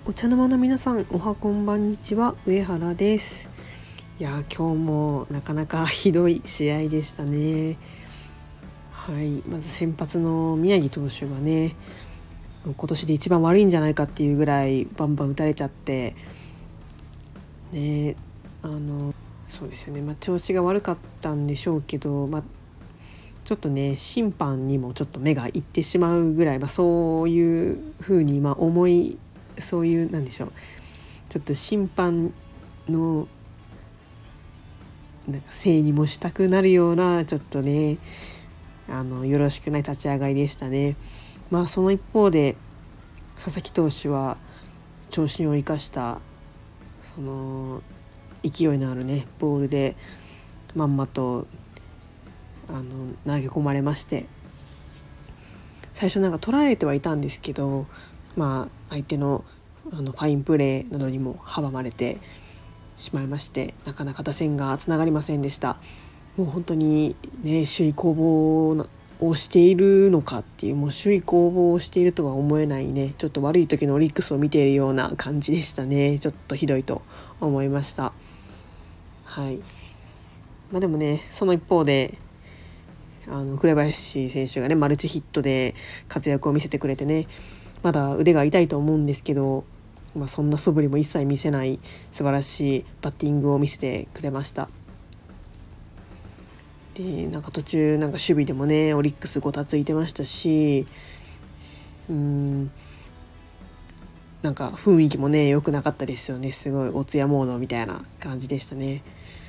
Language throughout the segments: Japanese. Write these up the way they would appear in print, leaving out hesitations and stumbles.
お茶の間の皆さん、おはこんばんにちは、上原です。いや今日もなかなかひどい試合でしたね。はい、まず先発の宮城投手がね、今年で一番悪いんじゃないかっていうぐらいバンバン打たれちゃってね。そうですよね、調子が悪かったんでしょうけど、ちょっとね審判にもちょっと目がいってしまうぐらい、そういう風にそういうなんでしょう、ちょっと審判のせいにもしたくなるようなちょっとねよろしくない立ち上がりでしたね。その一方で佐々木投手は長身を生かしたその勢いのあるねボールでまんまと投げ込まれまして、最初捉えてはいたんですけど、相手のファインプレーなどにも阻まれてしまいまして、なかなか打線がつながりませんでした。もう本当にね、首位攻防をしているのかっていう、もう首位攻防をしているとは思えないね、ちょっと悪い時のオリックスを見ているような感じでしたね。ちょっとひどいと思いました。はい。でもね、その一方で紅林選手がねマルチヒットで活躍を見せてくれてね、まだ腕が痛いと思うんですけど、そんな素振りも一切見せない素晴らしいバッティングを見せてくれました。で途中守備でもねオリックスごたついてましたし、雰囲気もね良くなかったですよね。すごいおつやモードみたいな感じでしたね。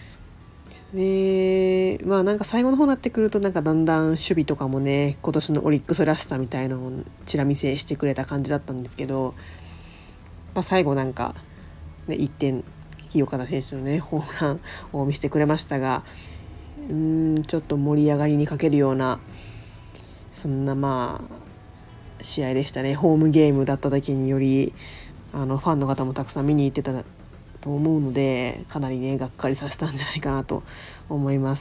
で最後の方になってくるとだんだん守備とかもね今年のオリックスらしさみたいなのをちら見せしてくれた感じだったんですけど、最後1点清方選手のねホームランを見せてくれましたが、ちょっと盛り上がりに欠けるようなそんな試合でしたね。ホームゲームだっただけによりファンの方もたくさん見に行ってたと思うので、かなりねがっかりさせたんじゃないかなと思います。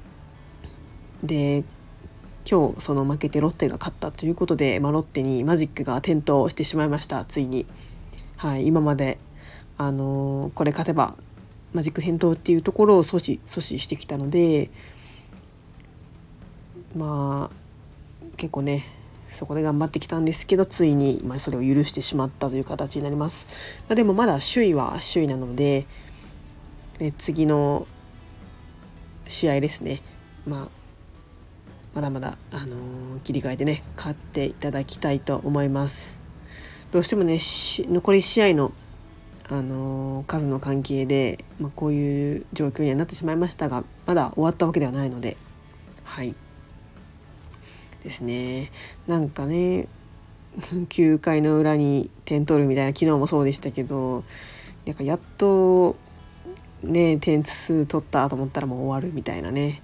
で今日その負けてロッテが勝ったということで、ロッテにマジックが点灯してしまいました。ついに、はい、今までこれ勝てばマジック点灯っていうところを阻止してきたので、結構ねそこで頑張ってきたんですけど、ついにそれを許してしまったという形になります。でもまだ首位は首位なので、次の試合ですね、まだまだ、切り替えてね勝っていただきたいと思います。どうしてもね残り試合の、数の関係で、こういう状況にはなってしまいましたが、まだ終わったわけではないので、はいですね。9回の裏に点取るみたいな、昨日もそうでしたけど、やっとね点数取ったと思ったらもう終わるみたいなね。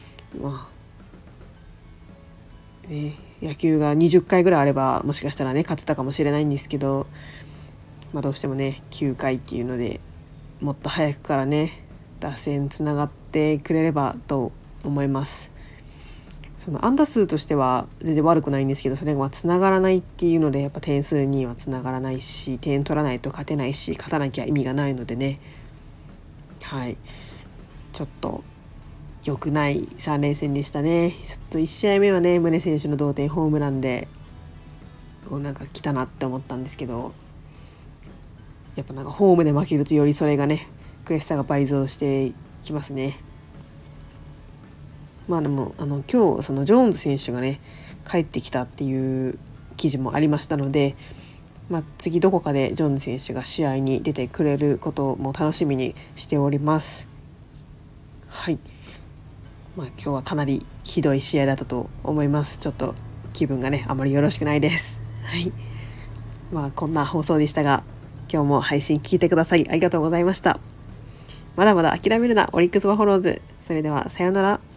野球が20回ぐらいあればもしかしたらね勝てたかもしれないんですけど、どうしてもね9回っていうのでもっと早くからね打線つながってくれればと思います。その安打数としては全然悪くないんですけど、それがつながらないっていうので、やっぱ点数にはつながらないし、点取らないと勝てないし、勝たなきゃ意味がないのでね、はいちょっと良くない3連戦でしたね。ちょっと1試合目はね宗選手の同点ホームランで来たなって思ったんですけど、やっぱホームで負けるとよりそれがね悔しさが倍増してきますね。でも今日そのジョーンズ選手がね帰ってきたっていう記事もありましたので、次どこかでジョーンズ選手が試合に出てくれることも楽しみにしております。はい、今日はかなりひどい試合だったと思います。ちょっと気分がねあまりよろしくないです。はい、こんな放送でしたが、今日も配信聞いてくださりありがとうございました。まだまだ諦めるな、オリックスバファローズ。それではさようなら。